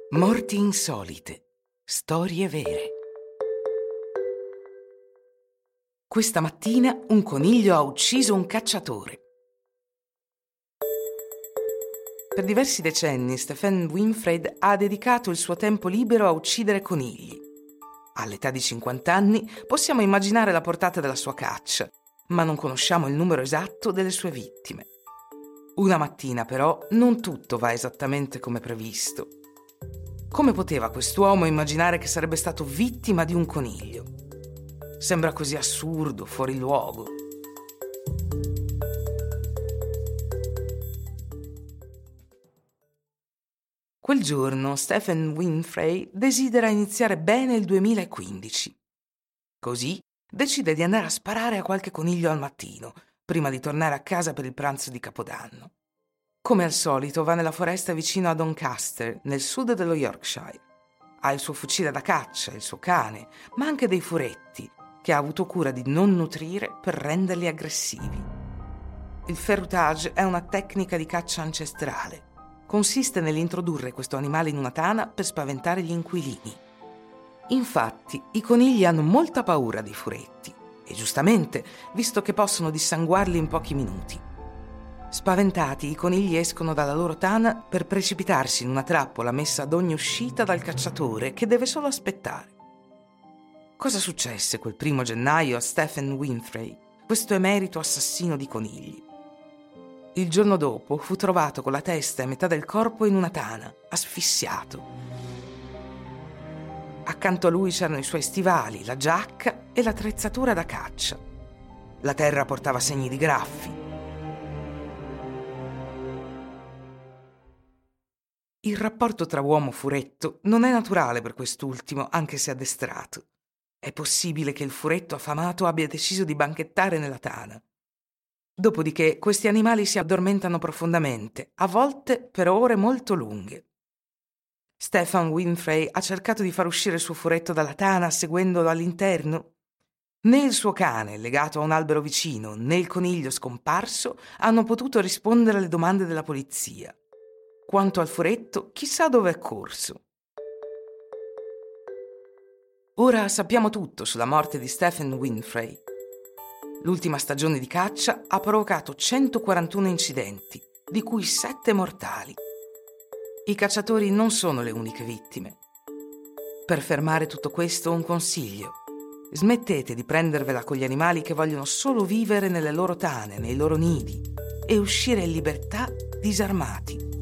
Morti insolite. Storie vere. Questa mattina un coniglio ha ucciso un cacciatore. Per diversi decenni Stephen Winfrey ha dedicato il suo tempo libero a uccidere conigli. All'età di 50 anni possiamo immaginare la portata della sua caccia, ma non conosciamo il numero esatto delle sue vittime. Una mattina però non tutto va esattamente come previsto. Come poteva quest'uomo immaginare che sarebbe stato vittima di un coniglio? Sembra così assurdo, fuori luogo. Quel giorno Stephen Winfrey desidera iniziare bene il 2015. Così decide di andare a sparare a qualche coniglio al mattino, prima di tornare a casa per il pranzo di Capodanno. Come al solito va nella foresta vicino a Doncaster, nel sud dello Yorkshire. Ha il suo fucile da caccia, il suo cane, ma anche dei furetti, che ha avuto cura di non nutrire per renderli aggressivi. Il ferrutage è una tecnica di caccia ancestrale. Consiste nell'introdurre questo animale in una tana per spaventare gli inquilini. Infatti, i conigli hanno molta paura dei furetti, e giustamente, visto che possono dissanguarli in pochi minuti. Spaventati, i conigli escono dalla loro tana per precipitarsi in una trappola messa ad ogni uscita dal cacciatore, che deve solo aspettare. Cosa successe quel 1 gennaio a Stephen Winfrey, questo emerito assassino di conigli? Il giorno dopo fu trovato con la testa e metà del corpo in una tana, asfissiato. Accanto a lui c'erano i suoi stivali, la giacca e l'attrezzatura da caccia. La terra portava segni di graffi. Il rapporto tra uomo-furetto non è naturale per quest'ultimo, anche se addestrato. È possibile che il furetto affamato abbia deciso di banchettare nella tana. Dopodiché questi animali si addormentano profondamente, a volte per ore molto lunghe. Stephen Winfrey ha cercato di far uscire il suo furetto dalla tana seguendolo all'interno. Né il suo cane, legato a un albero vicino, né il coniglio scomparso hanno potuto rispondere alle domande della polizia. Quanto al furetto, chissà dove è corso. Ora sappiamo tutto sulla morte di Stephen Winfrey. L'ultima stagione di caccia ha provocato 141 incidenti, di cui 7 mortali. I cacciatori non sono le uniche vittime. Per fermare tutto questo, un consiglio: smettete di prendervela con gli animali che vogliono solo vivere nelle loro tane, nei loro nidi, e uscire in libertà disarmati.